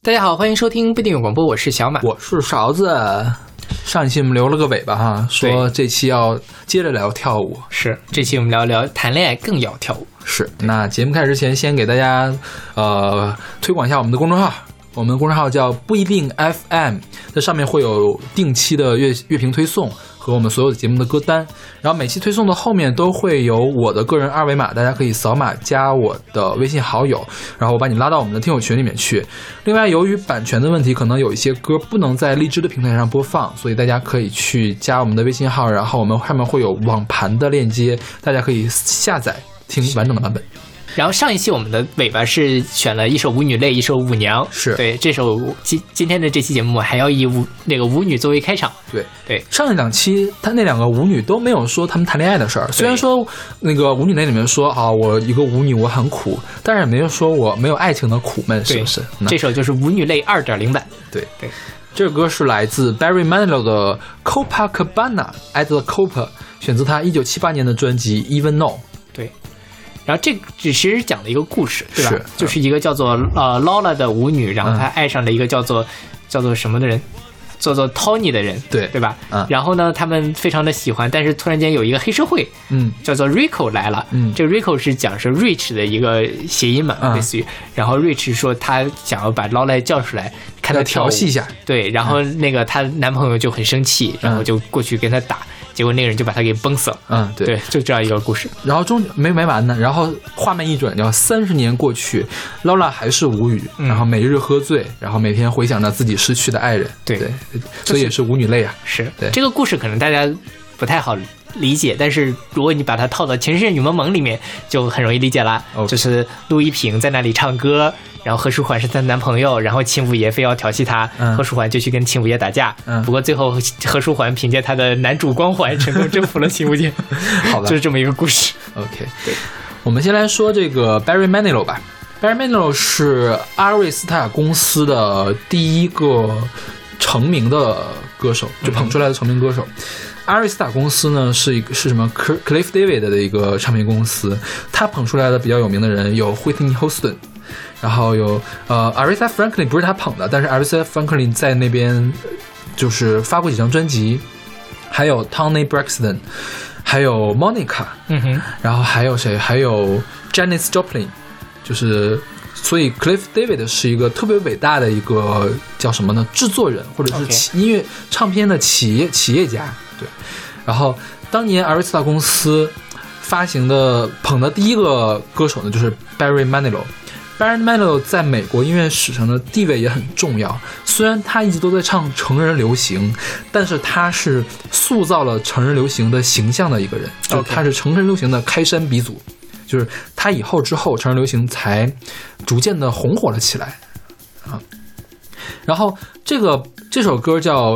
大家好，欢迎收听不订阅广播，我是小马， 我是勺子。上一期我们留了个尾巴哈，说这期要接着聊跳舞。 是，这期我们聊聊谈恋爱更要跳舞。 是，那节目开始之前，先给大家推广一下我们的公众号。我们公众号叫不一定 FM， 在上面会有定期的乐评推送和我们所有的节目的歌单，然后每期推送的后面都会有我的个人二维码，大家可以扫码加我的微信好友，然后我把你拉到我们的听友群里面去。另外，由于版权的问题，可能有一些歌不能在荔枝的平台上播放，所以大家可以去加我们的微信号，然后我们上面会有网盘的链接，大家可以下载听完整的版本。 然后上一期我们的尾巴是选了一首舞女泪，一首舞娘， 是对这首今天的这期节目还要以舞女作为开场。对， 上一两期他那两个舞女都没有说他们谈恋爱的事儿，虽然说那个舞女泪里面说啊，我一个舞女我很苦，但是也没有说我没有爱情的苦闷，是不是？ 这首就是舞女泪 2.0 版。 对，这首歌是来自 Barry Manilow 的 Copacabana at the Copa， 选自他1978年的专辑 Even Know。 对。然后这只是讲了一个故事，对吧？ 是， 就是一个叫做Lola 的舞女，然后她爱上了一个叫做什么的人，叫做 Tony 的人，对吧？然后呢，他们非常的喜欢，但是突然间有一个黑社会，叫做 Rico 来了，这个 Rico 是讲是 Rich 的一个谐音嘛，类似于，然后 Rich 说他想要把 Lola 叫出来，看他调戏一下， 对，然后那个她男朋友就很生气，然后就过去跟他打。结果那个人就把他给崩死了。对，就这样一个故事。 然后没完呢，然后画面一转，然后30年过去，Lola 还是无语，然后每日喝醉，然后每天回想着自己失去的爱人。对，所以也是舞女泪啊。 是， 对这个故事可能大家不太好理解，但是如果你把它套到《情深雨蒙蒙》里面，就很容易理解啦。就是陆一平在那里唱歌。然后何书桓是她男朋友，然后庆五爷非要调戏她，何书桓就去跟庆五爷打架。不过最后何书桓凭借他的男主光环成功征服了庆五爷。好的，就是这么一个故事。 OK， 对，我们先来说这个 Barry Manilow 吧。Barry Manilow 是阿瑞斯塔公司的第一个成名的歌手，就捧出来的成名歌手。阿瑞斯塔公司呢是什么 Cliff David 的一个唱片公司，他捧出来的比较有名的人有 Whitney Houston。然后有Aretha Franklin 不是他捧的，但是 Aretha Franklin 在那边就是发过几张专辑，还有 Toni Braxton， 还有 Monica， 然后还有谁？还有 Janis Joplin， 就是所以 Cliff David 是一个特别伟大的一个叫什么呢？制作人或者是音乐唱片的企业家。对，然后当年 Aretha 公司发行的捧的第一个歌手呢，就是 Barry Manilow。Barry Manilow 在美国音乐史上的地位也很重要，虽然他一直都在唱成人流行，但是他是塑造了成人流行的形象的一个人，就是他是成人流行的开山鼻祖，就是他之后成人流行才逐渐的红火了起来啊。然后这首歌叫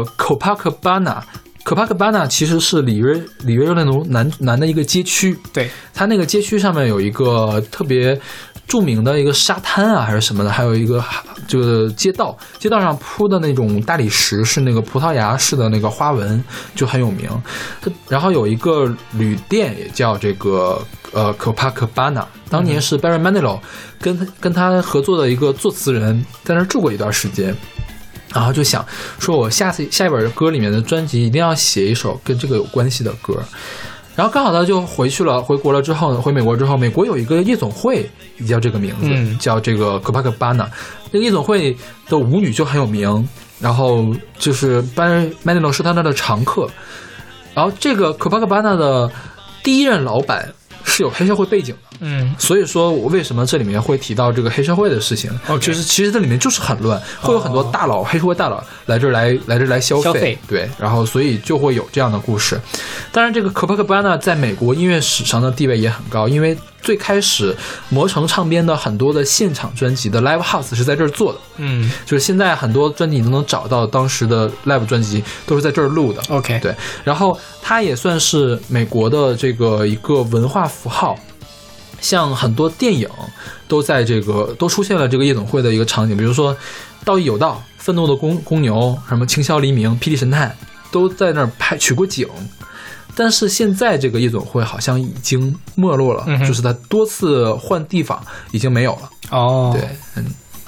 Copacabana。Copacabana 其实是里约热内卢南的一个街区，对，它那个街区上面有一个特别著名的一个沙滩啊，还是什么的，还有一个就是街道上铺的那种大理石是那个葡萄牙式的那个花纹，就很有名。然后有一个旅店也叫这个Copacabana， 当年是 Barry Manilow 跟他合作的一个作词人在那儿住过一段时间。然后就想说我下一本歌里面的专辑一定要写一首跟这个有关系的歌，然后刚好他就回国了之后呢，回美国之后，美国有一个夜总会也叫这个名字，叫这个 Copacabana。这个夜总会的舞女就很有名，然后就是 Barry Manilow 是他那的常客。然后这个 Copacabana 的第一任老板是有黑社会背景的，所以说我为什么这里面会提到这个黑社会的事情，就是其实这里面就是很乱，会有很多大佬黑社会大佬来这儿来消费，对，然后所以就会有这样的故事。当然这个 Copacabana 在美国音乐史上的地位也很高，因为最开始魔城唱片的很多的现场专辑的 live house 是在这儿做的，就是现在很多专辑你都能找到当时的 live 专辑都是在这儿录的。OK， 对，然后它也算是美国的这个一个文化符号，像很多电影都出现了这个夜总会的一个场景，比如说《道义有道》、《愤怒的公牛》、什么《青霄黎明》、《霹雳神探》都在那儿取过景。但是现在这个夜总会好像已经没落了，就是它多次换地方已经没有了。对，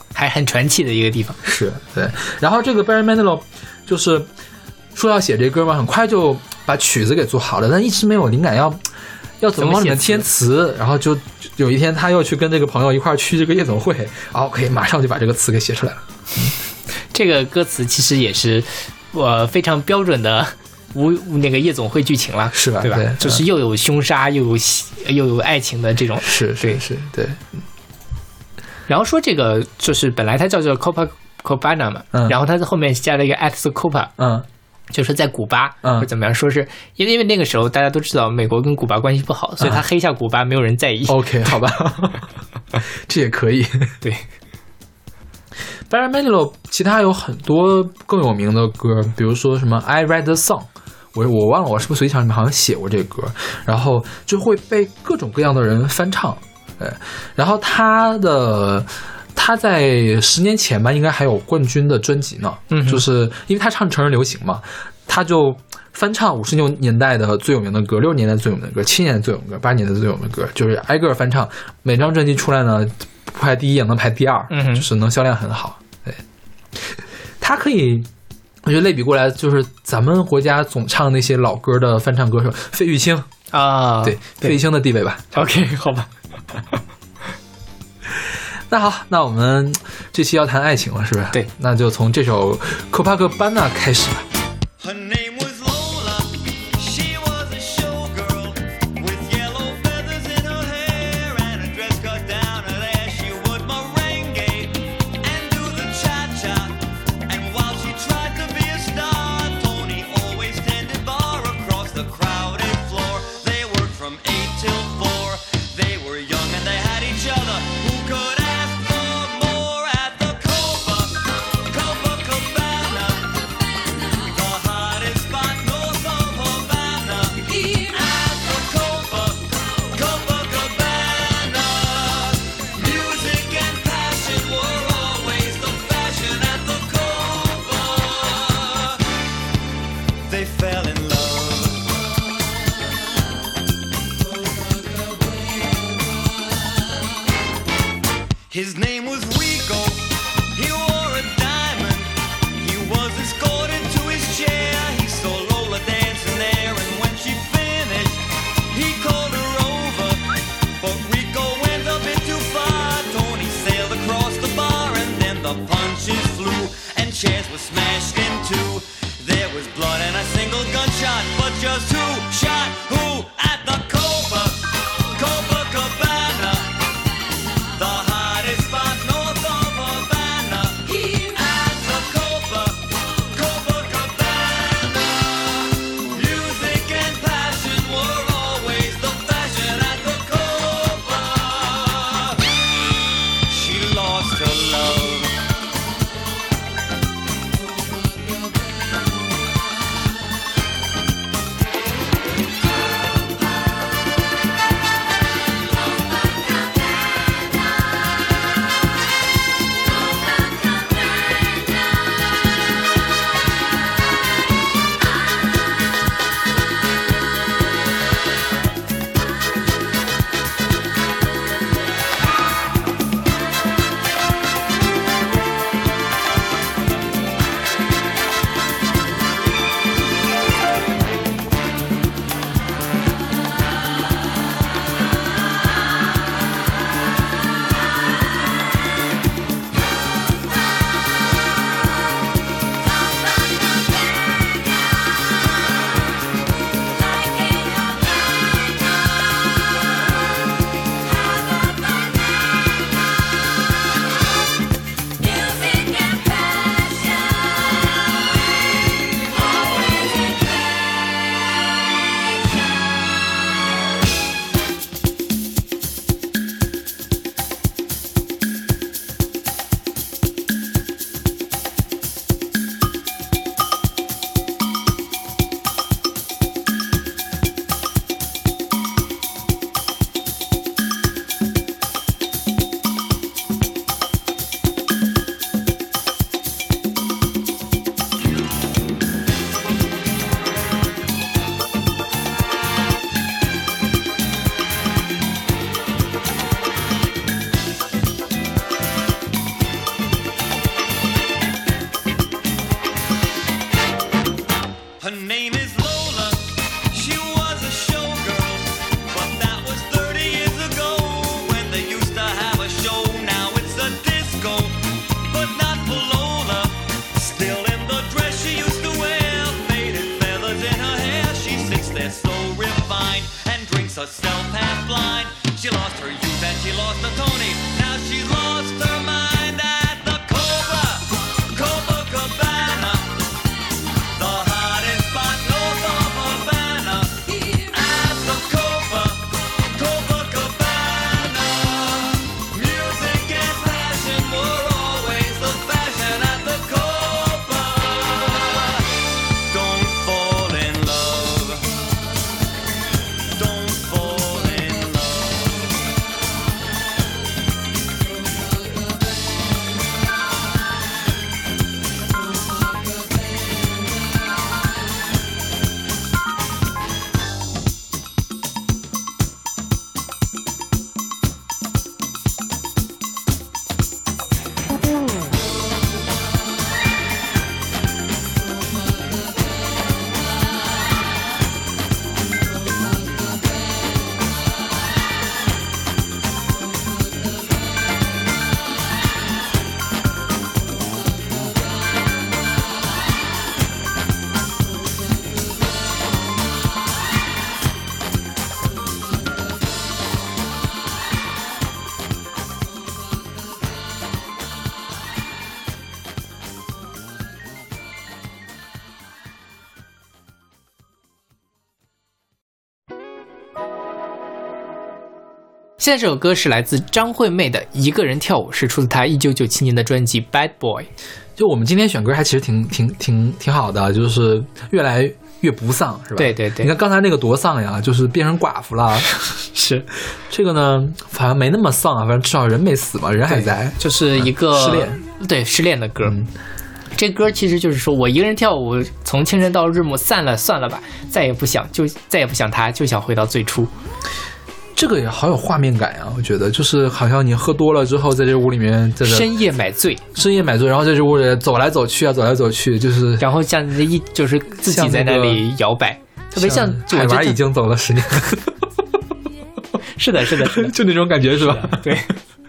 还很传奇的一个地方。 是对。然后这个 Barry Manilow 就是说要写这歌嘛，很快就把曲子给做好了，但一直没有灵感要怎么往里面填词，然后就有一天他又去跟这个朋友一块去这个夜总会，然后可以马上就把这个词给写出来了。 这个歌词其实也是非常标准的那个夜总会剧情了， 是吧？ 对吧？ 对， 就是又有凶杀又有爱情的这种， 是，对。 然后说这个就是本来它叫做 Copacabana 嘛，然后它在后面加了一个 at the Copa，就是在古巴，或怎么样，说是因为那个时候大家都知道美国跟古巴关系不好，所以他黑下古巴没有人在意。 OK， 好吧，这也可以。 对 ，Barry Manilow 其他有很多更有名的歌，比如说什么 I Write the Song， 我忘了我是不是随想里面好像写过这歌，然后就会被各种各样的人翻唱。然后他在10年前吧，应该还有冠军的专辑呢。就是因为他唱成人流行嘛，他就翻唱50年代的最有名的歌，60年代最有名的歌，70年代最有名的歌，80年代最有名的歌，就是挨个翻唱。每张专辑出来呢，不排第一也能排第二，就是能销量很好。对，他可以，我觉得类比过来，就是咱们国家总唱那些老歌的翻唱歌手，费玉清啊，对，费玉清的地位吧。 OK， 好吧。 那好，那我们这期要谈爱情了，是不是？ 对， 那就从这首 Copacabana 开始吧。 His name was Rico, he wore a diamond, he was escorted to his chair, he saw Lola dancing there, and when she finished, he called her over, but Rico went a bit too far. Tony sailed across the bar, and then the punches flew, and chairs were smashed in two. There was blood and a single gunshot, but just who shot who at the Copacabana? The hottest spot she lost her youth and she lost the Tony. Now she lost her mind at the Copacabana, the hottest spot north of Havana. At the Copacabana, music and passion were always the fashion at the Copa. Don't fall in love. Don't fall in love. 现在这首歌是来自张惠妹的《一个人跳舞》，是出自她1997年的专辑《Bad Boy》。 就我们今天选歌还其实挺好的，就是越来越不丧，是吧？ 对对对， 你看刚才那个多丧呀，就是变成寡妇了。 是这个呢，反正没那么丧啊，反正至少人没死嘛，人还在。 就是一个失恋， 对失恋的歌。这歌其实就是说我一个人跳舞，从清晨到日暮，散了算了吧，再也不想他，就想回到最初。 这个也好有画面感啊，我觉得就是好像你喝多了之后，在这屋里面在这深夜买醉， 然后在这屋里走来走去，就是然后像就是自己在那里摇摆，特别像海娃已经走了10年。 是的， 就那种感觉是吧？ 对。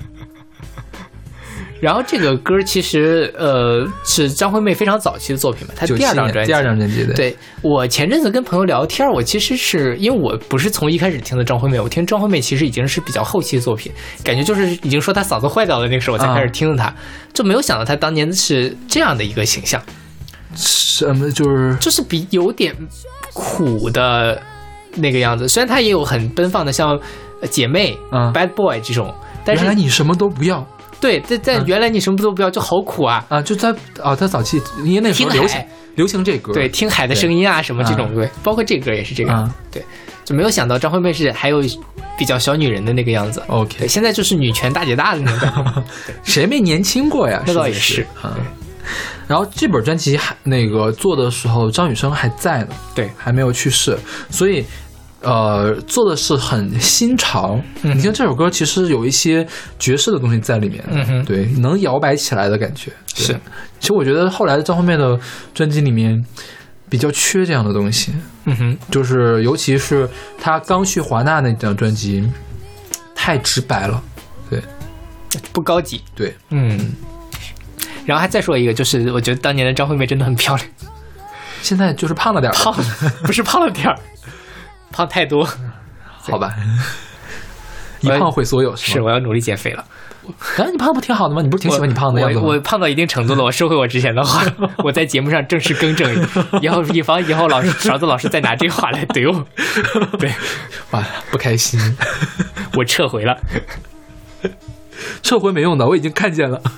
然后这个歌其实是张惠妹非常早期的作品嘛，她第二张专辑。对，我前阵子跟朋友聊天，我其实是因为我不是从一开始听的张惠妹，我听张惠妹其实已经是比较后期的作品，感觉就是已经说她嗓子坏掉了那个时候我才开始听的她，就没有想到她当年是这样的一个形象。 什么就是比有点苦的那个样子，虽然她也有很奔放的像姐妹、Bad Boy 这种，但是原来你什么都不要。 对，在原来你什么都不要，就好苦啊！ 就在他早期，因为那时候流行这歌， 对，听海的声音啊什么这种，对，包括这歌也是这个，对，就没有想到张惠妹是还有比较小女人的那个样子。 OK， 对，现在就是女权大姐大的那种感觉， 谁没年轻过呀？ 那倒也是啊。然后这本专辑还那个做的时候，张雨生还在呢， 对， 还没有去世，所以。做的是很新潮。你听这首歌，其实有一些爵士的东西在里面，对，能摇摆起来的感觉。 是， 其实我觉得后来的张惠妹的专辑里面比较缺这样的东西。就是尤其是她刚去华纳那张专辑，太直白了，对， 不高级。 对， 然后还再说一个，就是我觉得当年的张惠妹真的很漂亮， 现在就是胖了点， 不是胖了点。胖太多， 好吧，一胖毁所有是我要努力减肥了。 你胖不挺好的吗？你不是挺喜欢你胖的样子吗？ 我胖到一定程度了，我收回我之前的话，我在节目上正式更正，以防以后勺子老师再拿这个话来怼我。对， 哇，不开心， 我撤回了， 撤回没用的，我已经看见了。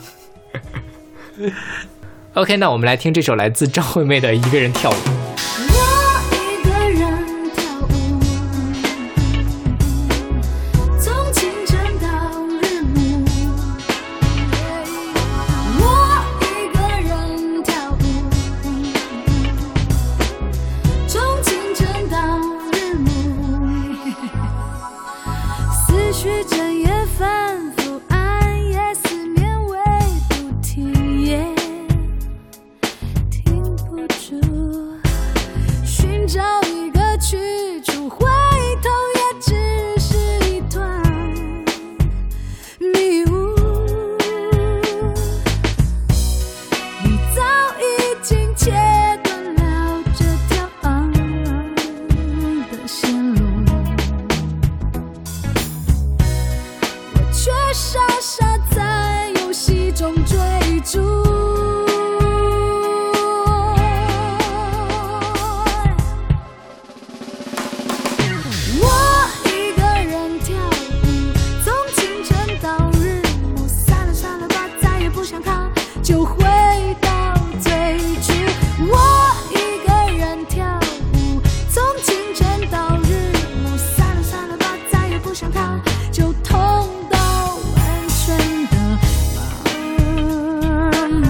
OK， 那我们来听这首来自张惠妹的《一个人跳舞》。 傻傻在游戏中追逐。我一个人跳舞，从清晨到日暮，散了算了吧，再也不想看，就回到最初。我一个人跳舞，从清晨到日暮，散了算了吧，再也不想看，就痛到完全的麻木。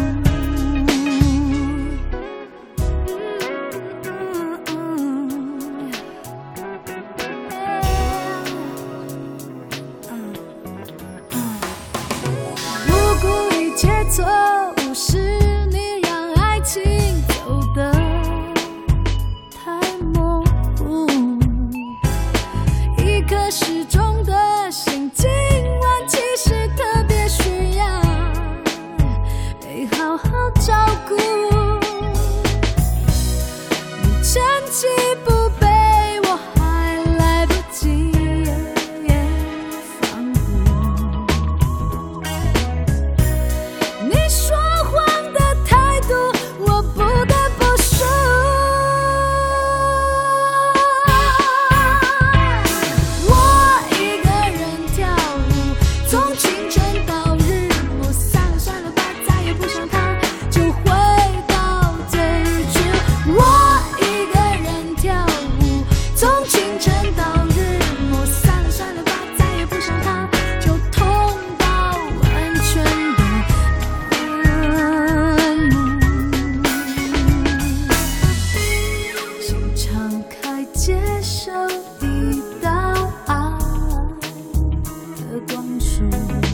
不顾一切错误，是你让爱情走得太模糊。一颗失重的心，今晚其实特别需要被好好照顾。你趁机不备，我还来不及防护。你说谎的态度，我不得不说。我一个人跳舞，从清晨到日暮，散了算了吧，再也不想看，就回到最初。我一个人跳舞，从清晨到日暮，散了算了吧，再也不想看，就痛到完全的麻木。心敞开，接受一道爱的光束。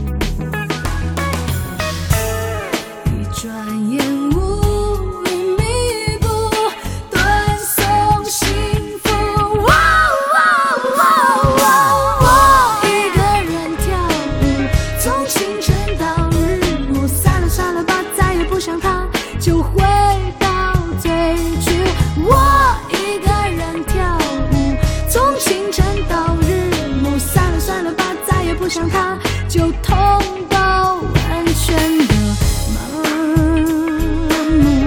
一转眼无以弥补，断送幸福。我一个人跳舞，从清晨到日暮，散了算了吧，再也不想看，就回到最初。我一个人跳舞，从清晨到日暮，散了算了吧，再也不想看，就痛到完全的麻木。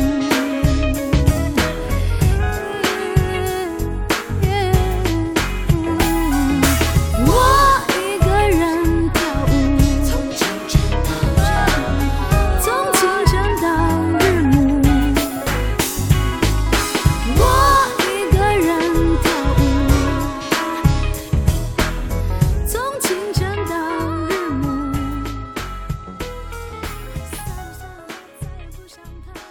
我一个人跳舞，从清晨到日暮。我一个人跳舞，从清晨到日暮。散了算了，再也不想看。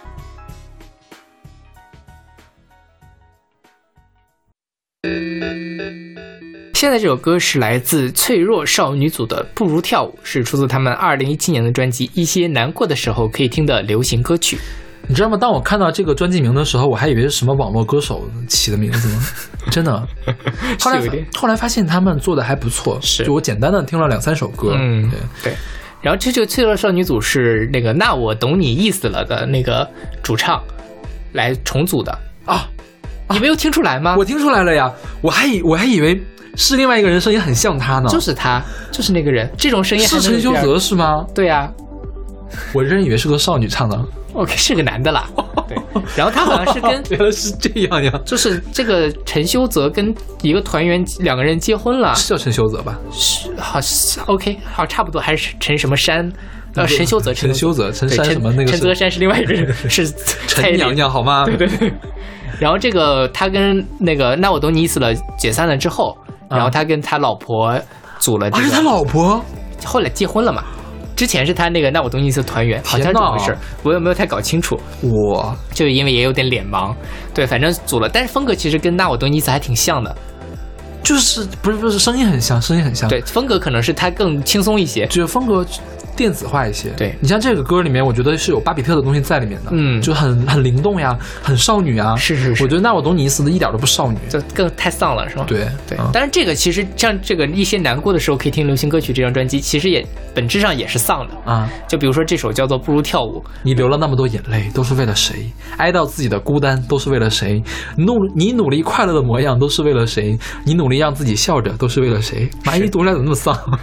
现在这首歌是来自脆弱少女组的《不如跳舞》，是出自他们2017年的专辑《一些难过的时候可以听的流行歌曲》。 你知道吗？当我看到这个专辑名的时候，我还以为是什么网络歌手起的名字呢，真的。后来发现他们做的还不错， 是就我简单的听了2-3首歌， 对。然后这个脆弱少女组是那个那我懂你意思了的那个主唱来重组的啊， 你没有听出来吗？ 我听出来了呀，我还以为是另外一个人声音很像他呢， 就是他，就是那个人，这种声音还是陈修泽是吗？ 对呀、 我真以为是个少女唱的。 OK， 是个男的啦。对，然后他好像是跟原来是这样呀， 就是这个陈修泽跟一个团员2个人结婚了， 是叫陈修泽吧？ 是，好 OK， 好差不多，还是陈什么山？陈修泽， 陈山什么那个陈泽山是另外一个人，是陈娘娘好吗？ 对。然后这个他跟那个那我懂你意思了解散了之后，然后他跟他老婆组了这个， 是他老婆， 后来结婚了嘛？之前是他那个那我懂你意思团员，好像是这么回事，我也没有太搞清楚。 我就因为也有点脸盲，对，反正组了，但是风格其实跟那我懂你意思还挺像的， 就是不是声音很像， 对，风格可能是他更轻松一些， 就是风格电子化一些。 对， 你像这个歌里面，我觉得是有巴比特的东西在里面的，就很灵动呀，很少女啊。 是， 我觉得那我懂你意思的一点都不少女， 就更太丧了，是吗？ 对。 但是这个其实像这个一些难过的时候可以听流行歌曲这张专辑，其实也本质上也是丧的啊。 就比如说这首叫做《不如跳舞》， 你流了那么多眼泪，都是为了谁？哀悼自己的孤单，都是为了谁？你努力快乐的模样，都是为了谁？你努力让自己笑着，都是为了谁？妈一读来怎么那么丧？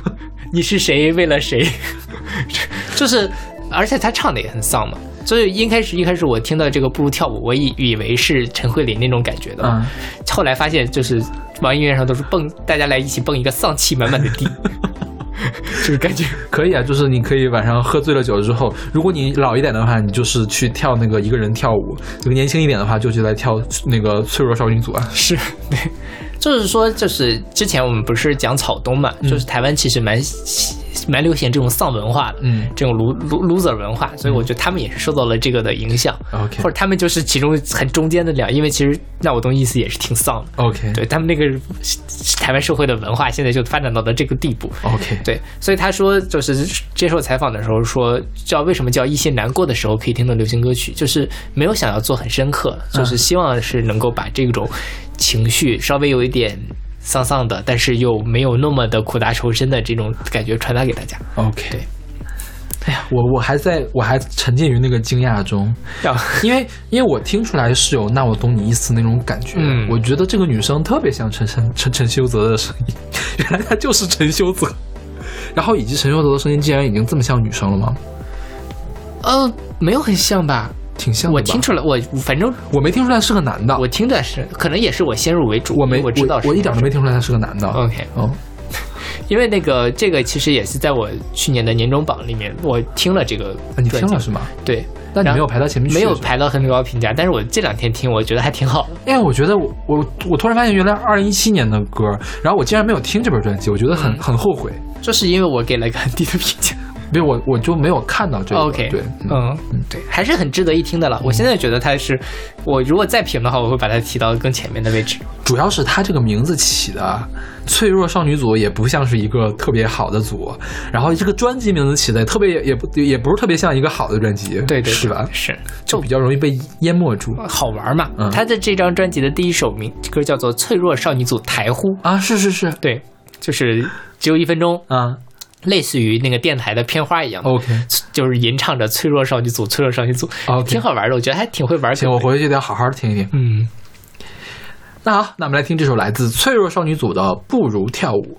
你是谁为了谁，就是而且他唱的也很丧嘛。所以一开始我听到这个不如跳舞，我以为是陈慧琳那种感觉的，后来发现就是网易云上都是蹦，大家来一起蹦一个丧气满满的地。就是感觉可以啊，就是你可以晚上喝醉了酒之后，如果你老一点的话，你就是去跳那个一个人跳舞；这个年轻一点的话，就去来跳那个脆弱少女组啊。 是，对，就是说，就是之前我们不是讲草东嘛，就是台湾其实蛮流行这种丧文化的，这种 loser 文化，所以我觉得他们也是受到了这个的影响，或者他们就是其中很中间的两，因为其实那我东意思也是挺丧的 ，OK， 对他们那个台湾社会的文化现在就发展到了这个地步 ，OK， 对，所以他说就是接受采访的时候说，为什么叫一些难过的时候可以听到流行歌曲，就是没有想要做很深刻，就是希望是能够把这种情绪稍微有一点丧丧的，但是又没有那么的苦大仇深的这种感觉传达给大家。 OK， 对， 哎呀，我还沉浸于那个惊讶中，因为我听出来是有那我懂你意思那种感觉，我觉得这个女生特别像陈修泽的声音，原来她就是陈修泽，然后以及陈修泽的声音竟然已经这么像女生了吗？ 没有很像吧， 挺像的吧。 我听出来，反正我没听出来是个男的， 我听的是可能也是我先入为主，我知道我一点都没听出来他是个男的。 OK， 因为这个其实也是在我去年的年终榜里面，我听了这个， 你听了是吗？ 对， 但你没有排到前面去， 没有排到很高评价，但是我这两天听，我觉得还挺好的。 哎，我觉得我突然发现，原来2017年的歌，然后我竟然没有听这本专辑，我觉得很后悔， 就是因为我给了一个很低的评价。 因为我就没有看到这个。 OK， 对， 对，还是很值得一听的了。我现在觉得它是，我如果再评的话，我会把它提到更前面的位置。 主要是它这个名字起的，脆弱少女组也不像是一个特别好的组，然后这个专辑名字起的特别也不是特别像一个好的专辑， 对， 是吧？ 是， 就比较容易被淹没住。 好玩嘛？他的这张专辑的第一首歌叫做《脆弱少女组台呼》 啊，是， 对，就是只有1分钟啊。 类似于那个电台的片花一样 ，OK， 就是吟唱着脆弱少女组，脆弱少女组， OK， 挺好玩的，我觉得还挺会玩。 行，我回去得好好听一听。那好，那我们来听这首来自脆弱少女组的《不如跳舞》。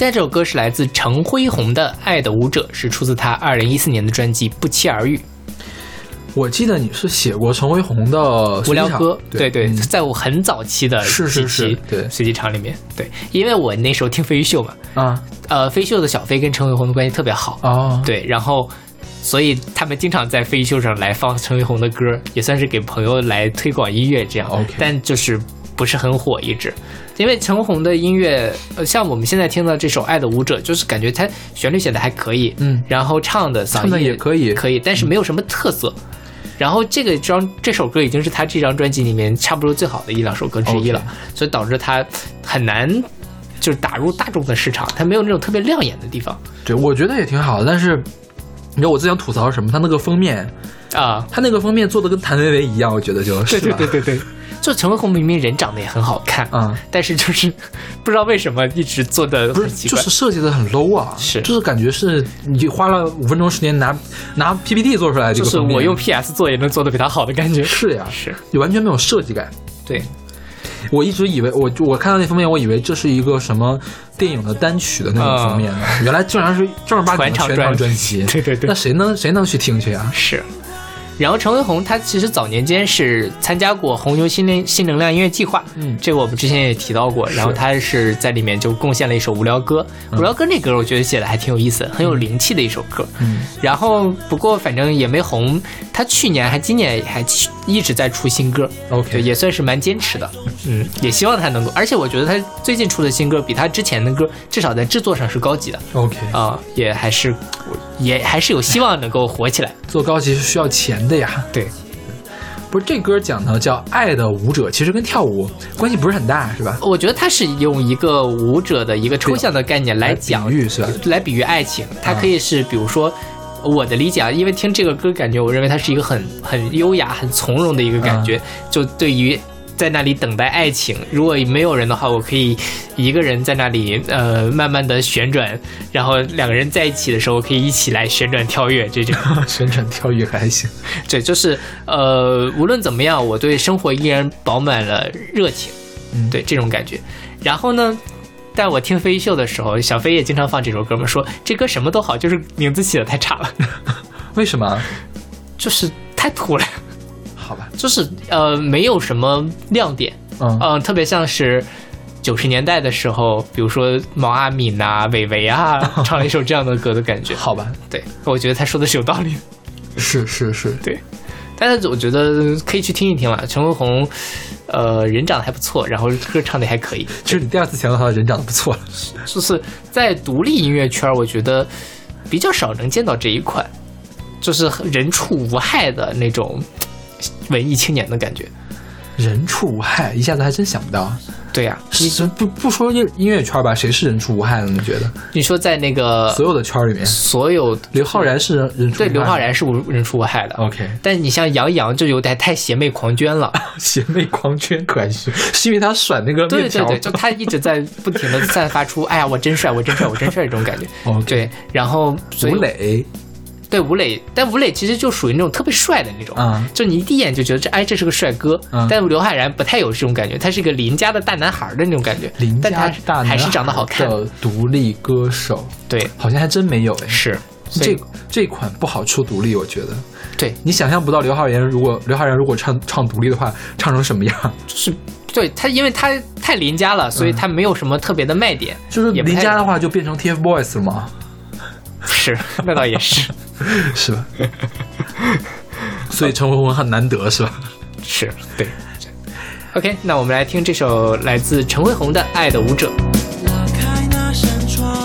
现在这首歌是来自陈辉宏的《爱的舞者》，是出自他2014年的专辑《不期而遇》。 我记得你是写过陈辉宏的无聊歌， 对对，在我很早期的是对随机场里面，对，因为我那时候听飞鱼秀嘛，飞秀的小飞跟陈辉宏的关系特别好对，然后所以他们经常在飞鱼秀上来放陈辉宏的歌，也算是给朋友来推广音乐这样但就是不是很火一直。因为陈辉宏的音乐，像我们现在听到这首《爱的舞者》，就是感觉他旋律写的还可以，然后唱的嗓音也可以， 但是没有什么特色。然后这首歌已经是他这张专辑里面差不多最好的1-2首歌之一了，所以导致他很难就是打入大众的市场，他没有那种特别亮眼的地方。 对，我觉得也挺好的，但是你知道我最想吐槽什么？他那个封面他那个封面做的跟谭维维一样，我觉得就是对。就陈辉宏明明人长得也很好看但是就是不知道为什么一直做的很奇怪， 就是设计的很 low 啊，就是感觉是你花了5分钟时间拿 PPT 做出来这个封面， 就是我用 PS 做也能做的比他好的感觉。 是呀， 是你完全没有设计感。 对， 我一直以为我看到那封面，我以为这是一个什么电影的单曲的那种封面呢，原来竟然是正儿八经的全场专辑。 对， 那谁能去听去啊？ 是。然后陈辉宏他其实早年间是参加过红牛新能量音乐计划，这个我们之前也提到过。然后他是在里面就贡献了一首无聊歌，无聊歌那歌我觉得写的还挺有意思，很有灵气的一首歌。然后不过反正也没红，他去年今年还一直在出新歌 ，OK， 也算是蛮坚持的。也希望他能够，而且我觉得他最近出的新歌比他之前的歌至少在制作上是高级的。 OK 也还是有希望能够火起来。 做高级是需要钱的呀。 对， 不是这歌讲的叫爱的舞者，其实跟跳舞关系不是很大，是吧？ 我觉得它是用一个舞者的一个抽象的概念来讲， 比喻是吧？来比喻爱情，它可以是比如说。我的理解因为听这个歌感觉我认为它是一个很优雅很从容的一个感觉，就对于在那里等待爱情，如果没有人的话，我可以一个人在那里慢慢的旋转，然后2个人在一起的时候可以一起来旋转跳跃，这种旋转跳跃还行。 对，就是无论怎么样，我对生活依然饱满了热情，对这种感觉。然后呢，但我听飞秀的时候，小飞也经常放这首歌嘛，说这歌什么都好，就是名字起的太差了。 为什么？ 就是太土了。 好吧， 就是没有什么亮点，特别像是90年代的时候，比如说毛阿敏啊、韦唯啊，唱了一首这样的歌的感觉。 好吧， 对，我觉得他说的是有道理的。 是，对。 但是我觉得可以去听一听了，陈辉宏，人长得还不错，然后歌唱的还可以。 其实你第2次强调他人长得不错了， 就是在独立音乐圈，我觉得比较少能见到这一款，就是人畜无害的那种文艺青年的感觉。 人畜无害，一下子还真想不到。 对呀， 不说音乐圈吧，谁是人畜无害的？你觉得？ 你说在那个所有的圈里面， 所有刘昊然是人畜无害， 对，刘昊然是人畜无害的。 OK， 但你像杨洋就有点太邪魅狂狷了。 邪魅狂狷可还是因为他甩那个面条？ 对，就他一直在不停的散发出哎呀我真帅我真帅我真帅这种感觉。 Okay， 对，然后吴磊。 对吴磊，但吴磊其实就属于那种特别帅的那种，就你第一眼就觉得这是个帅哥，但刘昊然不太有这种感觉，他是一个邻家的大男孩的那种感觉， 邻家大男孩还是长得好看的独立歌手， 对， 好像还真没有。 是这款不好出独立，我觉得， 对你想象不到刘昊然如果唱独立的话，唱成什么样， 就是对他，因为他太邻家了，所以他没有什么特别的卖点， 就是邻家的话就变成 TFBOYS 了吗？ 是，那倒也是。 是吧？所以陈辉宏很难得，是吧？ 是，对。OK， 那我们来听这首来自陈辉宏的《爱的舞者》。 拉开那扇窗，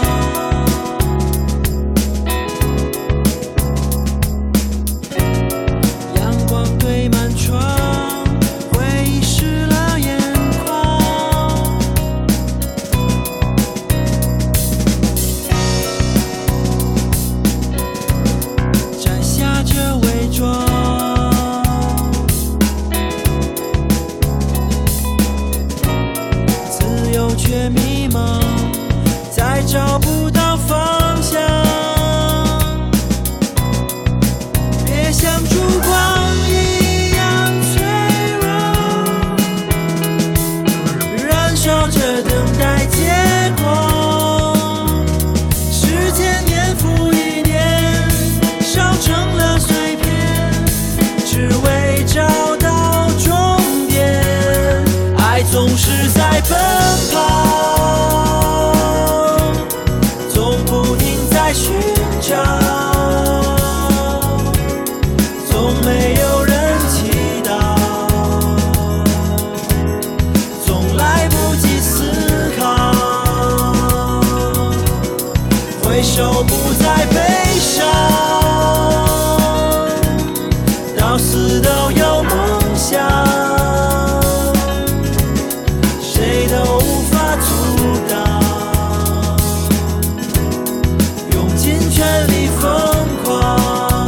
阳光堆满窗，回忆湿了眼眶。摘下这伪装，自由却迷在奔跑，总不停在寻找，总没有人祈祷，总来不及思考，回首不再悲伤，到死都有梦想，谁都无法阻挡，用尽全力疯狂。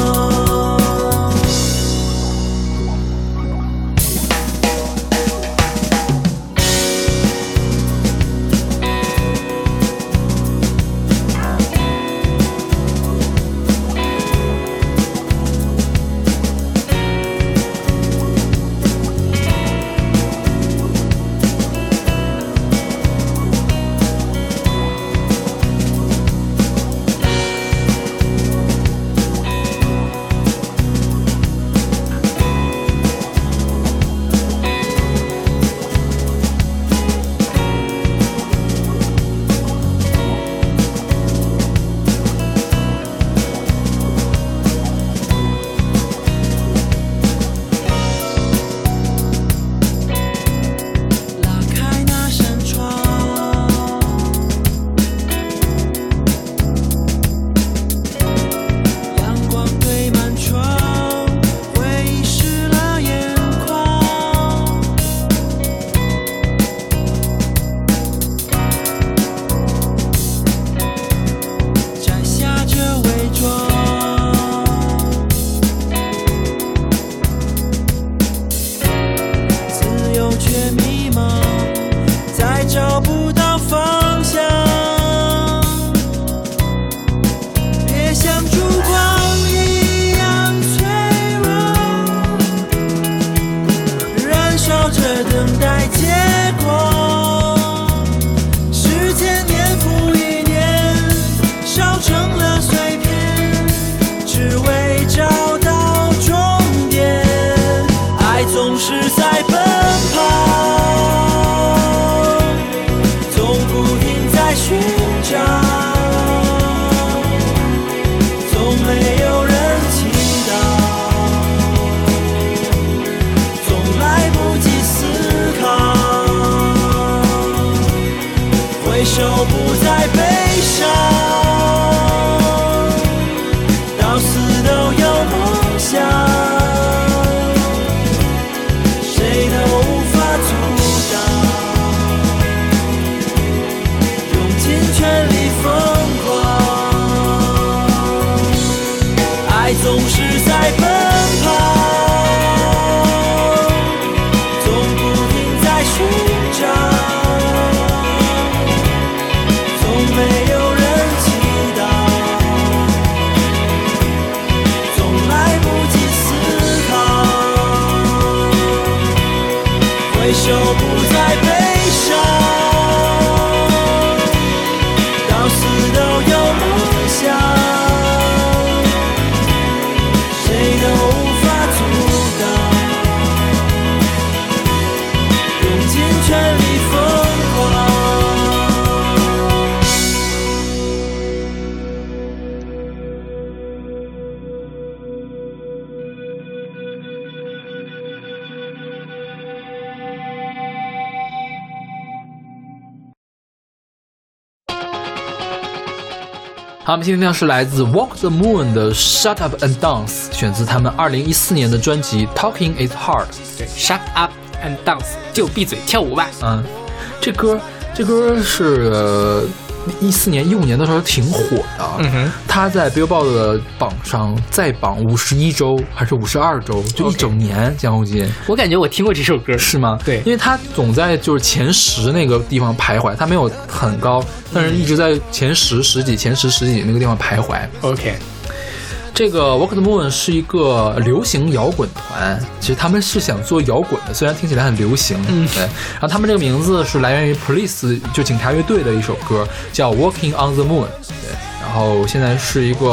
好，我们今天呢是来自 Walk the Moon 的 Shut Up and Dance， 选自他们2014年的专辑 Talking is Hard。 对， Shut Up and Dance， 就闭嘴跳舞吧。 这歌是14年、15年的时候挺火的。他在 Billboard 的榜上再榜51周还是52周，就一整年。江湖金， 我感觉我听过这首歌， 是吗？ 对， 因为他总在就是前10那个地方徘徊，他没有很高，但是一直在前10、10几、前10、10几那个地方徘徊。 OK。 这个 Walk the Moon 是一个流行摇滚团，其实他们是想做摇滚的，虽然听起来很流行。对。然后他们这个名字是来源于 Police 就警察乐队的一首歌，叫 Walking on the Moon。对。然后现在是一个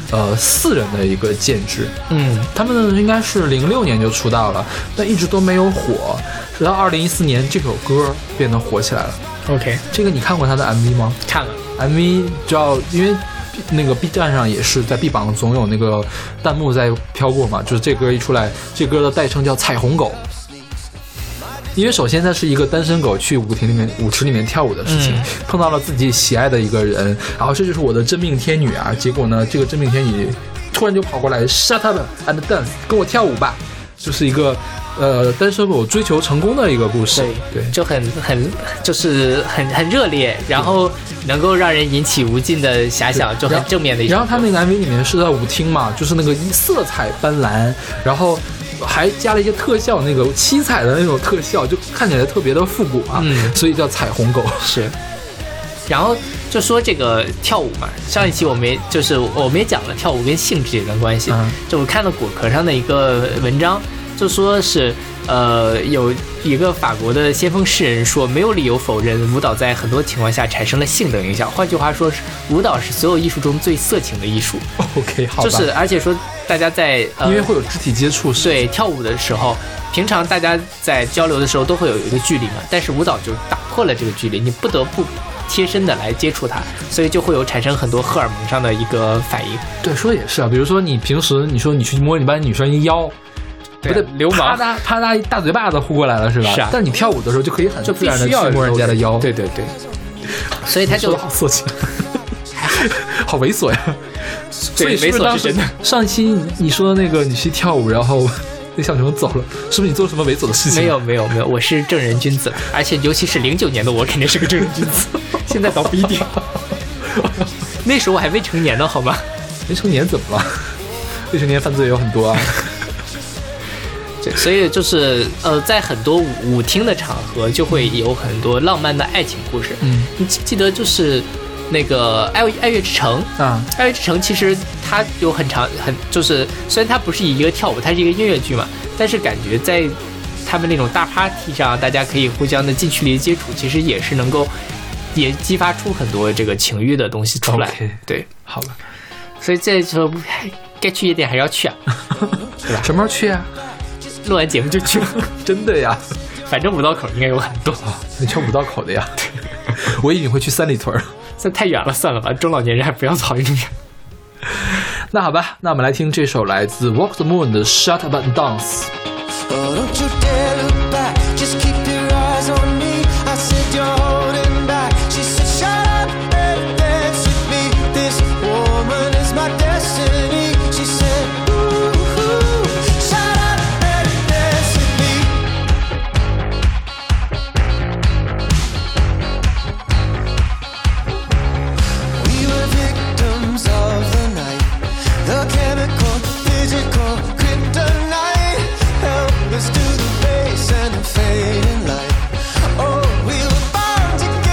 4人的一个建制。 嗯， 他们呢应该是06年就出道了，但一直都没有火，直到2014年这首歌变得火起来了。 OK， 这个你看过他的 MV 吗？ 看了 MV， 主要因为那个 B 站上也是在 B 榜总有那个弹幕在飘过嘛，就是这歌一出来，这歌的代称叫彩虹狗。因为首先它是一个单身狗去舞池里面跳舞的事情，碰到了自己喜爱的一个人，然后这就是我的真命天女啊！结果呢，这个真命天女突然就跑过来 ，shut up and dance， 跟我跳舞吧，就是一个单身狗追求成功的一个故事。对， 就很热烈，然后能够让人引起无尽的遐想，就很正面的一首歌。 然后他那个 MV 里面是在舞厅嘛，就是那个色彩斑斓，然后还加了一些特效，那个七彩的那种特效，就看起来特别的复古啊，所以叫彩虹狗。 是。然后就说这个跳舞嘛，上一期我们也讲了跳舞跟性之间的关系。就我看了果壳上的一个文章，就说是有一个法国的先锋诗人说，没有理由否认舞蹈在很多情况下产生了性的影响。换句话说，舞蹈是所有艺术中最色情的艺术。 OK， 好吧。 就是而且说大家在因为会有肢体接触， 对跳舞的时候，平常大家在交流的时候都会有一个距离嘛，但是舞蹈就打破了这个距离，你不得不贴身的来接触它，所以就会有产生很多荷尔蒙上的一个反应。 对，说的也是啊，比如说你平时你说你去摸你班女生一腰，不对， 流氓啪嗒一大嘴巴子呼过来了是吧？ 是啊。 但你跳舞的时候就可以很自然的去摸人家的腰。 对对对。所以他就好色情，好猥琐呀。所以猥琐是真的。 上一期你说的那个你去跳舞，然后那小熊走了，是不是你做了什么猥琐的事情？ 没有，我是正人君子，而且尤其是09年的我肯定是个正人君子，现在倒不一定。那时候我还未成年呢，好吗？ 未成年怎么了？未成年犯罪有很多啊。 对，所以就是在很多舞厅的场合就会有很多浪漫的爱情故事。你记不记得就是那个爱乐之城啊？爱乐之城其实它有就是虽然它不是一个跳舞，它是一个音乐剧嘛，但是感觉在他们那种大 party 上，大家可以互相的近距离接触，其实也是能够也激发出很多这个情欲的东西出来。 Okay, 对， 好了， 所以这时候该去夜店还是要去啊，对吧？ 什么时候去啊？ 录完节目就去了。 真的呀？ 反正五道口应该有很多。 你去五道口的呀？我以为会去三里屯。 这太远了，算了吧，中老年人还不要跑这么远。 那好吧，那我们来听这首来自 Walk the Moon 的 Shut Up and Dance。 Don't you dare look back, just keep your eyes on me. I said you're holding back. She said shut up and dance with me. This woman is my destiny. She said ooh, shut up and dance with me. We were victims of the night, the chemical, physical, kryptonite, helpless to the base and the fading light. Oh, we were born together.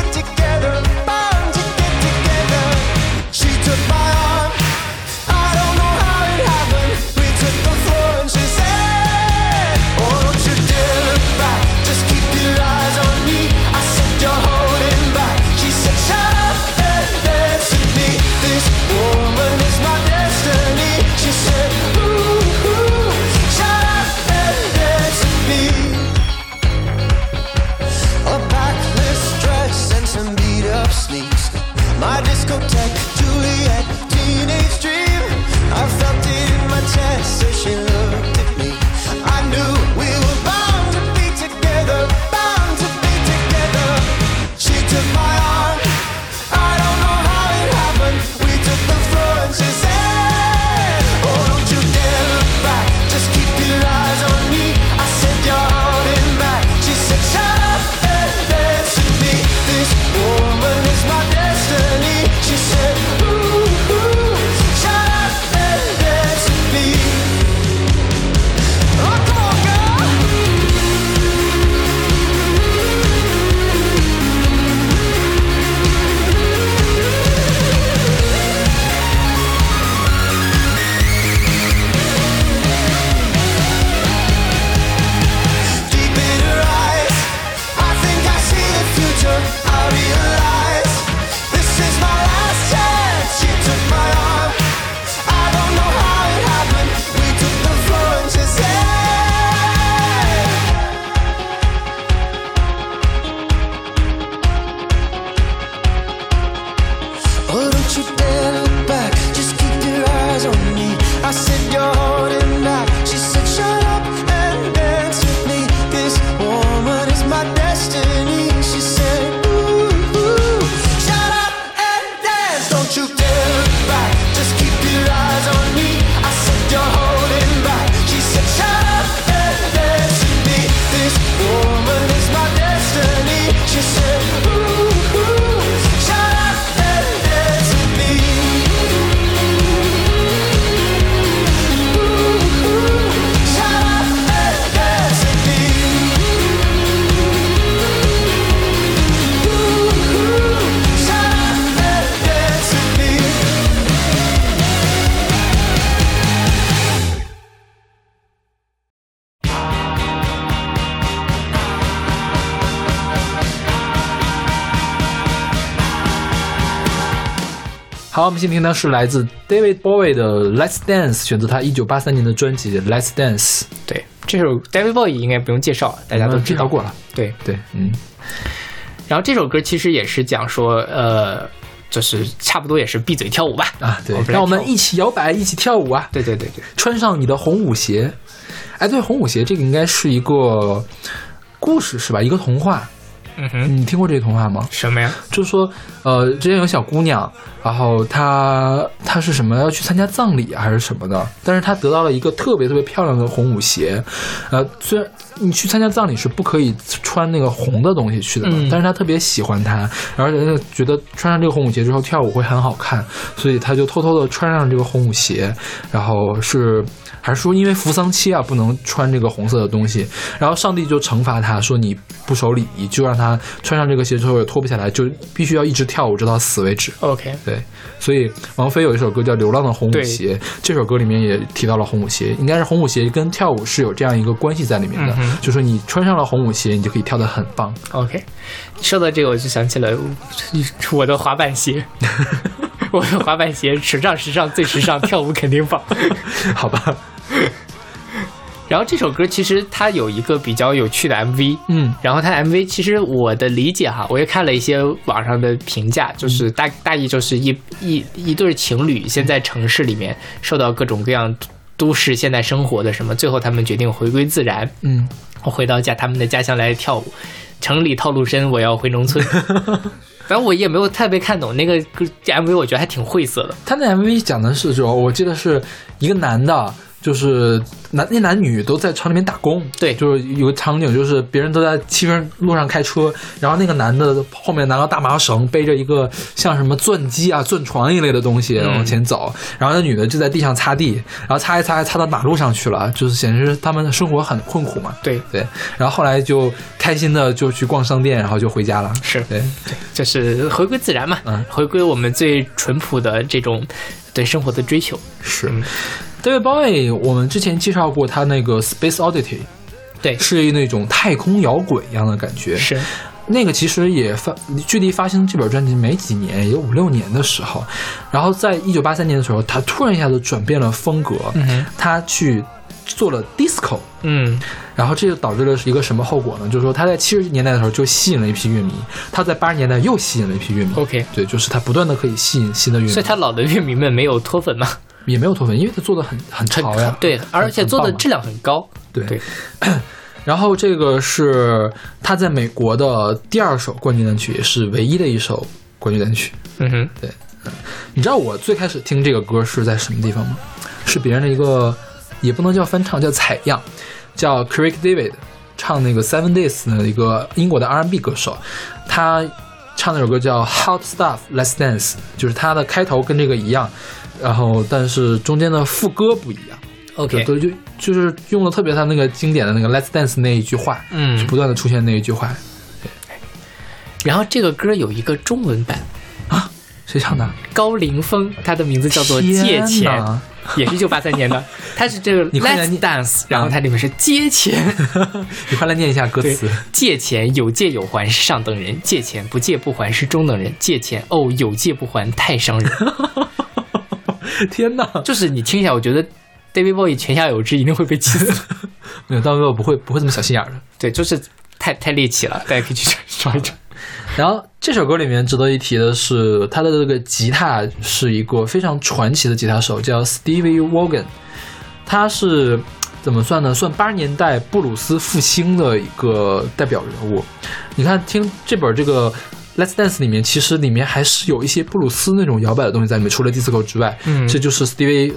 好，我们先听的是来自 David Bowie 的 Let's Dance， 选择他1983年的专辑 Let's Dance。 对，这首 David Bowie 应该不用介绍，大家都知道过了。 对对， 然后这首歌其实也是讲说就是差不多也是闭嘴跳舞吧。 啊，对，让我们一起摇摆，一起跳舞啊！ 对， 穿上你的红舞鞋。哎，对，红舞鞋这个应该是一个故事是吧？一个童话。你听过这个童话吗？ 什么呀？ 就是说，之前有小姑娘，然后她是什么要去参加葬礼还是什么的，但是她得到了一个特别特别漂亮的红舞鞋。虽然你去参加葬礼是不可以穿那个红的东西去的嘛，但是她特别喜欢它，而且觉得穿上这个红舞鞋之后跳舞会很好看，所以她就偷偷的穿上这个红舞鞋，然后还是说因为扶丧期啊不能穿这个红色的东西，然后上帝就惩罚他说你不守礼仪，就让他穿上这个鞋之后也脱不下来，就必须要一直跳舞直到死为止。 OK， 对，所以王菲有一首歌叫《流浪的红舞鞋》，这首歌里面也提到了红舞鞋，应该是红舞鞋跟跳舞是有这样一个关系在里面的，就是说你穿上了红舞鞋你就可以跳得很棒。 OK， 说到这个我就想起了我的滑板鞋。我的滑板鞋时尚最时尚，跳舞肯定棒。 好吧。 然后这首歌其实它有一个比较有趣的 MV， 然后它 MV 其实我的理解哈，我也看了一些网上的评价，就是大意就是一对情侣先在城市里面受到各种各样都市现代生活的什么，最后他们决定回归自然，回到他们的家乡来跳舞，城里套路深，我要回农村。反正我也没有特别看懂那个 MV， 我觉得还挺晦涩的。 他那 MV 讲的是我记得是一个男的，就是男女都在厂里面打工。 对， 就是有个场景，就是别人都在七分路上开车，然后那个男的后面拿个大麻绳，背着一个像什么钻机啊、钻床一类的东西往前走，然后那女的就在地上擦地，然后擦一擦擦到马路上去了，就是显示他们的生活很困苦嘛。 对， 然后后来就开心的就去逛商店，然后就回家了。 是，对，就是回归自然嘛，回归我们最淳朴的这种对生活的追求。 是。David Bowie 我们之前介绍过他那个 Space Oddity， 对， 是那种太空摇滚一样的感觉。 是， 那个其实也距离发行这本专辑没几年，也有5-6年的时候，然后在1983年的时候他突然一下子转变了风格，他去做了 disco， 然后这就导致了一个什么后果呢？就是说他在70年代的时候就吸引了一批乐迷，他在80年代又吸引了一批乐迷。 OK， 对，就是他不断的可以吸引新的乐迷， 所以他老的乐迷们没有脱粉吗？ 也没有脱粉，因为他做的很潮呀， 对，而且做的质量很高。对。 然后这个是他在美国的第2首冠军单曲，也是唯一的一首冠军单曲。对。你知道我最开始听这个歌是在什么地方吗？是别人的一个，也不能叫翻唱，叫采样，叫 Craig David 唱那个 Seven Days 的一个英国的 R&B 歌手，他唱那首歌叫 Hot Stuff Let's Dance， 就是他的开头跟这个一样，然后但是中间的副歌不一样。 OK， 就是用了特别他那个经典的那个 Let's Dance 那一句话，就不断的出现那一句话。对。 然后这个歌有一个中文版啊，谁唱的？ 高凌风，他的名字叫做借钱，也是1983年的。他是这个 Let's Dance， 然后它里面是借钱。 你快来念一下歌词。 借钱有借有还是上等人，借钱不借不还是中等人，借钱有借不还太伤人。 天哪！ 就是你听一下，我觉得 David Bowie 泉下有知，一定会被气死。 没有，David Bowie 不会这么小心眼的。 对，就是太猎奇了，大家可以去找一找。 然后这首歌里面值得一提的是，他的这个吉他是一个非常传奇的吉他手，叫 Stevie Vaughan。他是怎么算呢？算80年代布鲁斯复兴的一个代表人物。你看，听这本这个Let's Dance 里面，其实里面还是有一些布鲁斯那种摇摆的东西在里面，除了 disco 之外，这就是 Stevie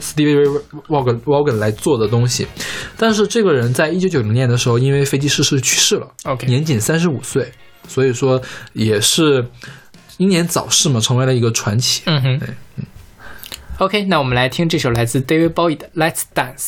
Vaughan 来做的东西。但是这个人在1990年的时候因为飞机失事去世了，年仅35岁，所以说也是英年早逝嘛，成为了一个传奇。 OK， 那我们来听这首来自 David Bowie 的 Let's Dance。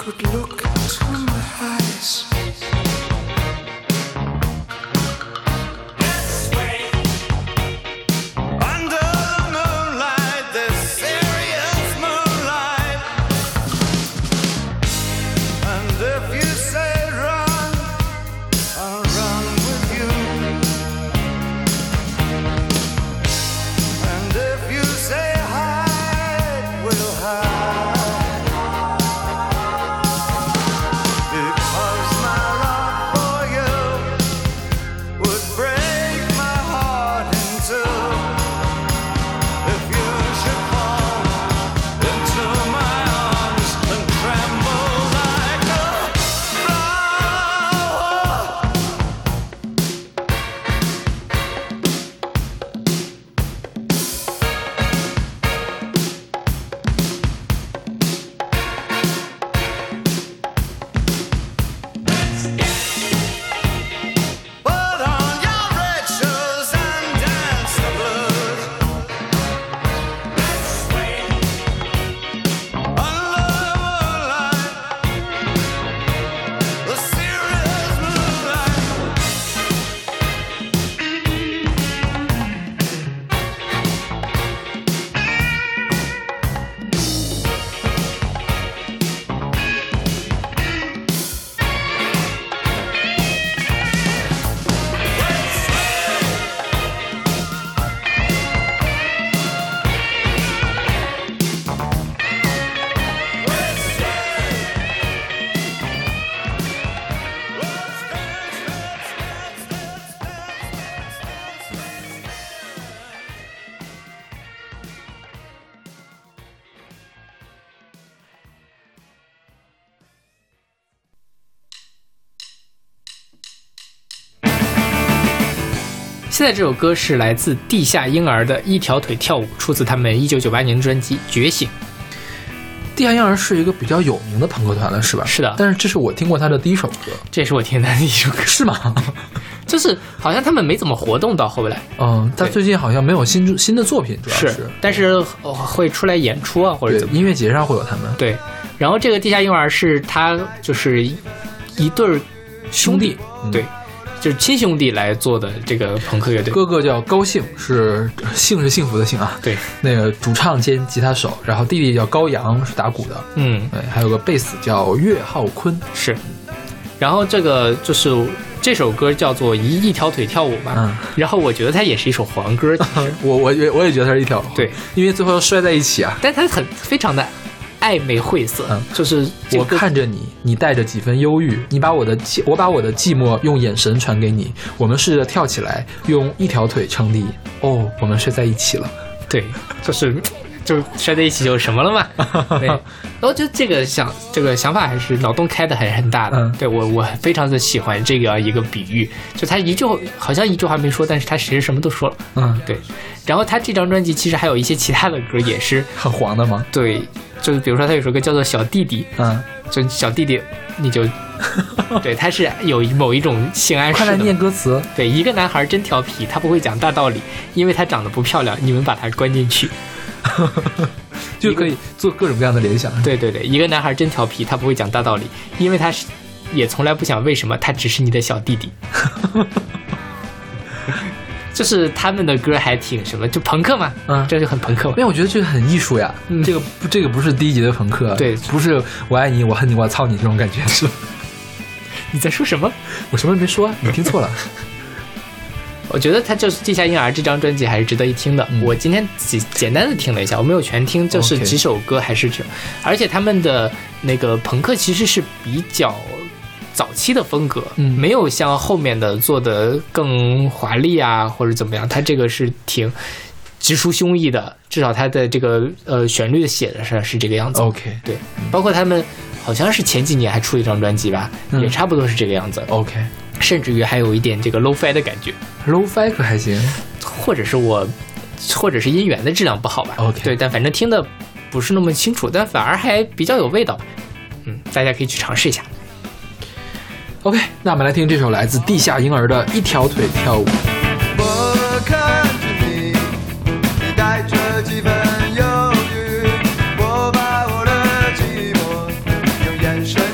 could look into my eyes. Under the moonlight, this serious moonlight. And if you say run, I'll run with you. And if you say hide, we'll hide. Because my love for you would break my heart in two. If you should fall into my arms and tremble like a flower. Put on your red shoes and dance the blues. Under the moonlight, the serious moonlight. 现在这首歌是来自地下婴儿的一条腿跳舞，出自他们1998年的专辑《觉醒》。 地下婴儿是一个比较有名的朋克团了，是吧？ 是的， 但是这是我听过他的第一首歌， 这也是我听的第一首歌， 是吗？ 就是好像他们没怎么活动到后来， 但最近好像没有新的作品，主要是， 但是会出来演出啊，或者怎么音乐节上会有他们。 对，然后这个地下婴儿是他就是一对兄弟，对，就是亲兄弟来做的这个朋克乐队。 哥哥叫高兴，是幸是幸福的幸啊。 对， 那个主唱兼吉他手，然后弟弟叫高阳，是打鼓的。对，还有个贝斯叫岳浩坤。 是，然后这个就是这首歌叫做一条腿跳舞嘛。然后我觉得它也是一首黄歌。 我也觉得它是一条。 对， 因为最后要摔在一起啊。 但它非常的暧昧晦涩，就是我看着你，你带着几分忧郁，我把我的寂寞用眼神传给你，我们试着跳起来，用一条腿撑地，哦，我们睡在一起了。 对，就摔在一起就什么了嘛。对，然后就这个想法还是脑洞开的还是很大的。对，我非常的喜欢这个一个比喻，就他好像一句话没说，但是他其实什么都说了。对。然后他这张专辑其实还有一些其他的歌也是很黄的吗？ 对，就是比如说他有首歌叫做小弟弟，就小弟弟你就对，他是有某一种性暗示的。 快来念歌词。 对，一个男孩真调皮，他不会讲大道理，因为他长得不漂亮，你们把他关进去。 就可以做各种各样的联想。 对对对，一个男孩真调皮，他不会讲大道理，因为他也从来不想为什么，他只是你的小弟弟。就是他们的歌还挺什么，就朋克嘛，这就很朋克嘛。 因为我觉得这个很艺术呀，这个不是低级的朋克， 对， 不是我爱你我恨你我操你这种感觉是。 你在说什么？ 我什么也没说，你听错了。 我觉得他就是地下婴儿这张专辑还是值得一听的。我今天简单的听了一下，我没有全听，就是几首歌还是而且他们的那个朋克其实是比较早期的风格，没有像后面的做的更华丽啊或者怎么样，他这个是挺直抒胸臆的，至少他的这个旋律写的是这个样子。 OK， 对，包括他们好像是前几年还出了一张专辑吧，也差不多是这个样子。 OK， 甚至于还有一点这个 low-fi 的感觉。 low-fi 可还行， 或者是音源的质量不好吧。 OK， 对，但反正听的不是那么清楚，但反而还比较有味道吧。大家可以去尝试一下。 OK， 那我们来听这首来自地下婴儿的一条腿跳舞。 我看着你，你带着几分忧郁，我把我的寂寞用眼神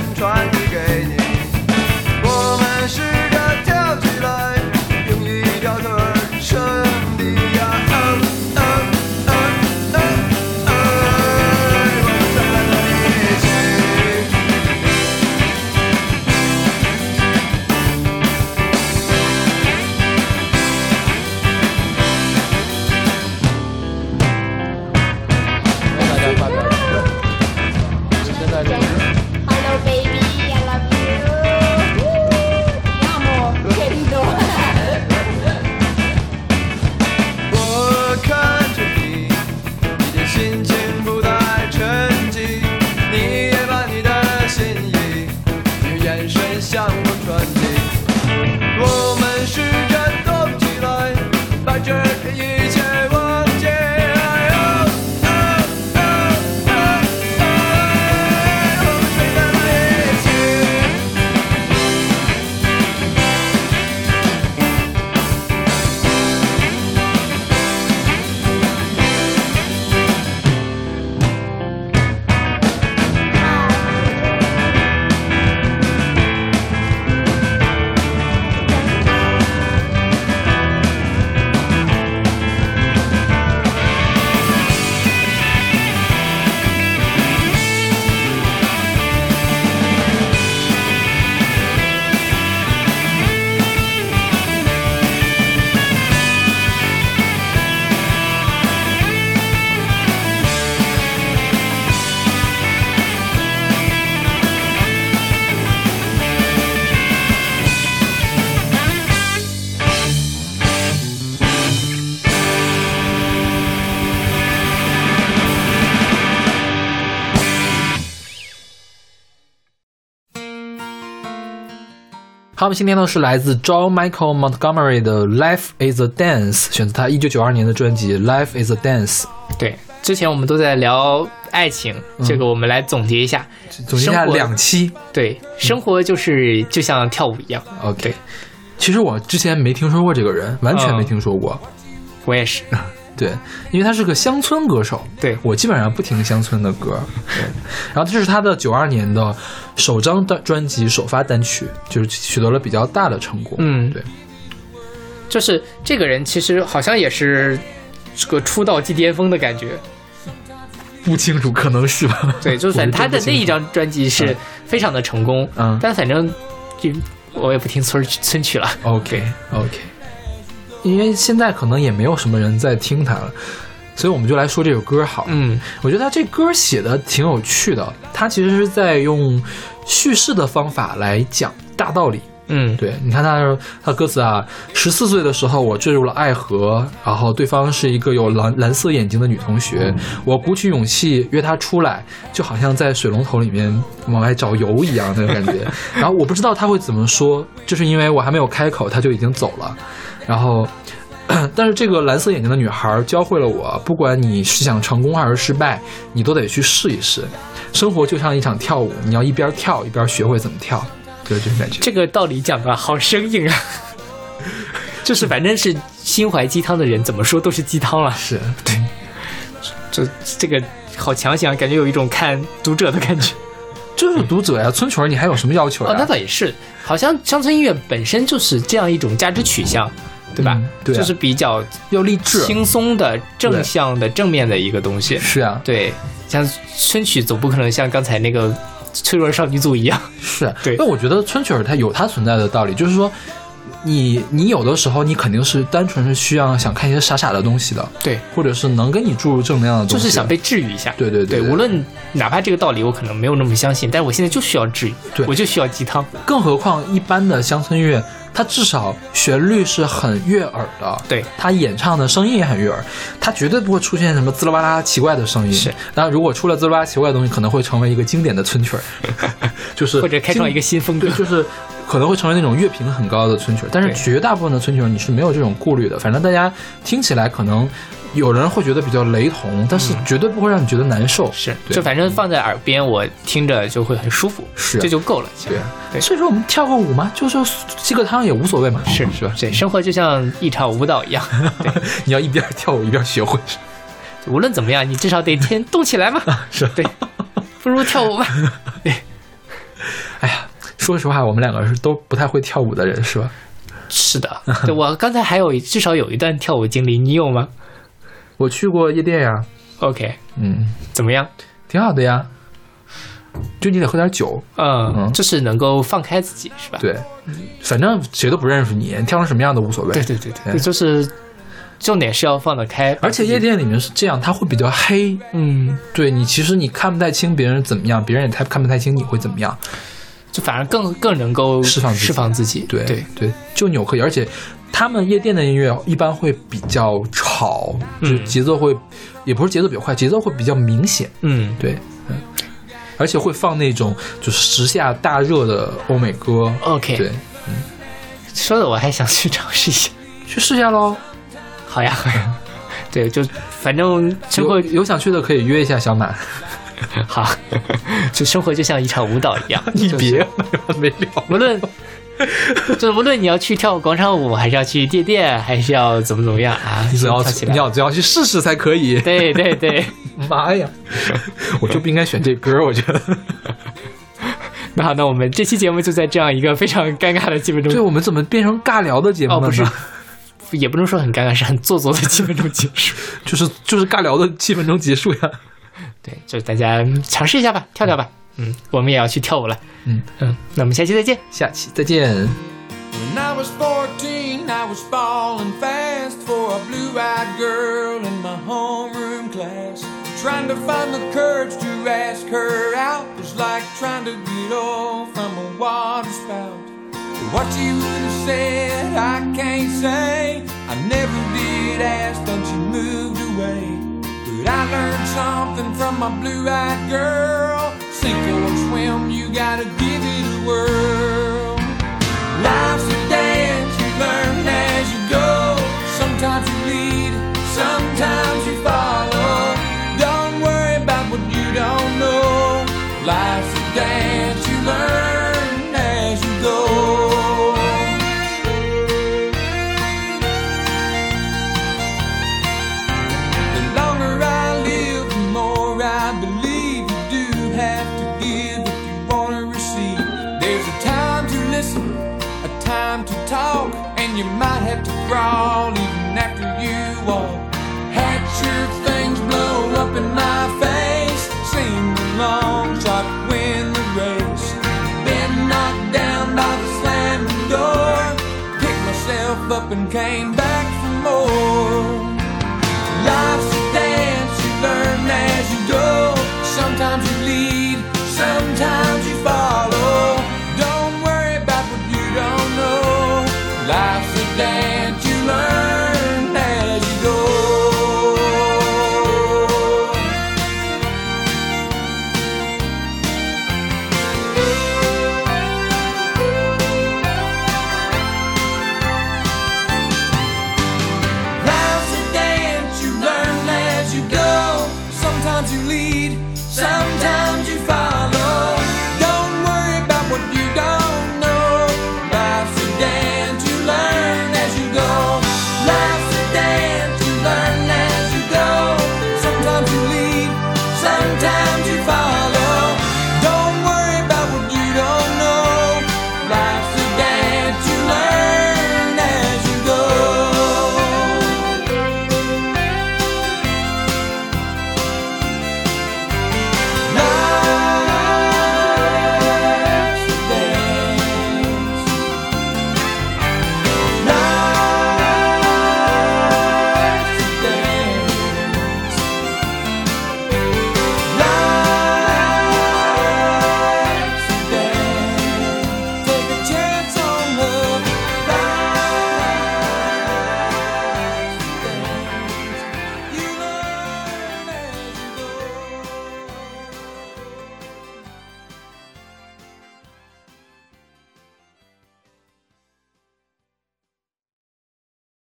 好，我们今天呢是来自 John Michael Montgomery 的 Life is a Dance， 选择他1992年的专辑 Life is a Dance。 对，之前我们都在聊爱情，这个我们来总结一下， 总结一下2期。 对，生活就像跳舞一样。 OK， 其实我之前没听说过这个人，完全没听说过。 我也是。 对，因为他是个乡村歌手， 对， 我基本上不听乡村的歌。对，然后这是他的92年的首张专辑首发单曲，就是取得了比较大的成功。对， 就是这个人其实好像也是这个出道即巅峰的感觉， 不清楚，可能是吧。 对，就是反正他的那一张专辑是非常的成功，但反正就我也不听村曲了。 OK， 因为现在可能也没有什么人在听他了，所以我们就来说这首歌好。我觉得他这歌写的挺有趣的，他其实是在用叙事的方法来讲大道理。对，你看他歌词啊，14岁的时候我坠入了爱河，然后对方是一个有蓝色眼睛的女同学，我鼓起勇气约她出来，就好像在水龙头里面往外找油一样那个感觉。然后我不知道他会怎么说，就是因为我还没有开口他就已经走了。然后但是这个蓝色眼睛的女孩教会了我，不管你是想成功还是失败，你都得去试一试。生活就像一场跳舞，你要一边跳一边学会怎么跳。就是这种感觉。 这个道理讲的好生硬啊。就是反正是心怀鸡汤的人怎么说都是鸡汤了。 是， 对，这个好强行，感觉有一种看读者的感觉。 就是读者呀，村曲你还有什么要求呀？ 那倒也是，好像乡村音乐本身就是这样一种价值取向，对吧？ 对， 就是比较要励志、 轻松的、正向的、正面的一个东西。 是啊， 对，像村曲总不可能像刚才那个脆弱少女组一样。 是， 对。 但我觉得村曲它有它存在的道理，就是说。你有的时候你肯定是单纯是需要想看一些傻傻的东西的， 对， 或者是能给你注入正能量的东西， 就是想被治愈一下。 对， 无论哪怕这个道理我可能没有那么相信，但是我现在就需要治愈， 对， 我就需要鸡汤。 更何况一般的乡村乐，它至少旋律是很悦耳的， 对， 它演唱的声音也很悦耳，它绝对不会出现什么滋啦哇啦奇怪的声音。 是， 当然如果出了滋啦哇啦奇怪的东西，可能会成为一个经典的村曲就是或者开创一个新风格， 就是可能会成为那种乐评很高的村曲，但是绝大部分的村曲你是没有这种顾虑的。反正大家听起来可能有人会觉得比较雷同，但是绝对不会让你觉得难受。 是，就反正放在耳边，我听着就会很舒服， 是， 这就够了。 对，所以说我们跳个舞嘛，就是鸡个汤也无所谓嘛。 是吧？ 对，生活就像一场舞蹈一样， 你要一边跳舞一边学会。 无论怎么样，你至少得先动起来嘛。 是， 对，不如跳舞吧。对， 哎呀。说实话，我们两个是都不太会跳舞的人，是吧？ 是的，对，我刚才还有至少有一段跳舞经历，你有吗？ 我去过夜店呀。 OK， 怎么样？ 挺好的呀，就你得喝点酒， 就是能够放开自己，是吧？ 对，反正谁都不认识你，跳成什么样都无所谓。 对，就是重点是要放得开。 而且夜店里面是这样，它会比较黑，对你其实你看不太清别人怎么样，别人也看不太清你会怎么样。 就反而更能够释放自己，对， 就纽可以，而且他们夜店的音乐一般会比较吵，就是节奏会，也不是节奏比较快，节奏会比较明显，对，而且会放那种就是时下大热的欧美歌。 OK， 对， 说的我还想去尝试一下， 去试一下喽。 好呀，对，就反正生活有想去的可以约一下小满。 好，就生活就像一场舞蹈一样， 你别没聊。 无论你要去跳广场舞，还是要去夜店，还是要怎么样啊？ 你只要去试试才可以。 对， 妈呀，我就不应该选这歌，我觉得。 那好，那我们这期节目就在这样一个非常尴尬的气氛中。 对，我们怎么变成尬聊的节目呢？ 不是。也不能说很尴尬，是很做作的气氛中结束， 就是尬聊的气氛中结束呀。 对，就是大家尝试一下吧，跳吧。我们也要去跳舞了。那我们下期再见。 下期再见。 When I was 14, I was falling fast for a blue-eyed girl in my homeroom class. Trying to find the courage to ask her out was like trying to get off from a water spout. What you would have said, I can't say. I never did ask, then she moved away. But I learned something from my blue-eyed girl. Sink or swim, you gotta give it a whirl. Life's a dance, you learn as you go. Sometimes you lead, sometimes you follow. Don't worry about what you don't know. Life's a dance, you learn as you go. The longer I live, the more I believe you do have to give if you want to receive. There's a time to listen, a time to talk, and you might have to crawl even after you walk.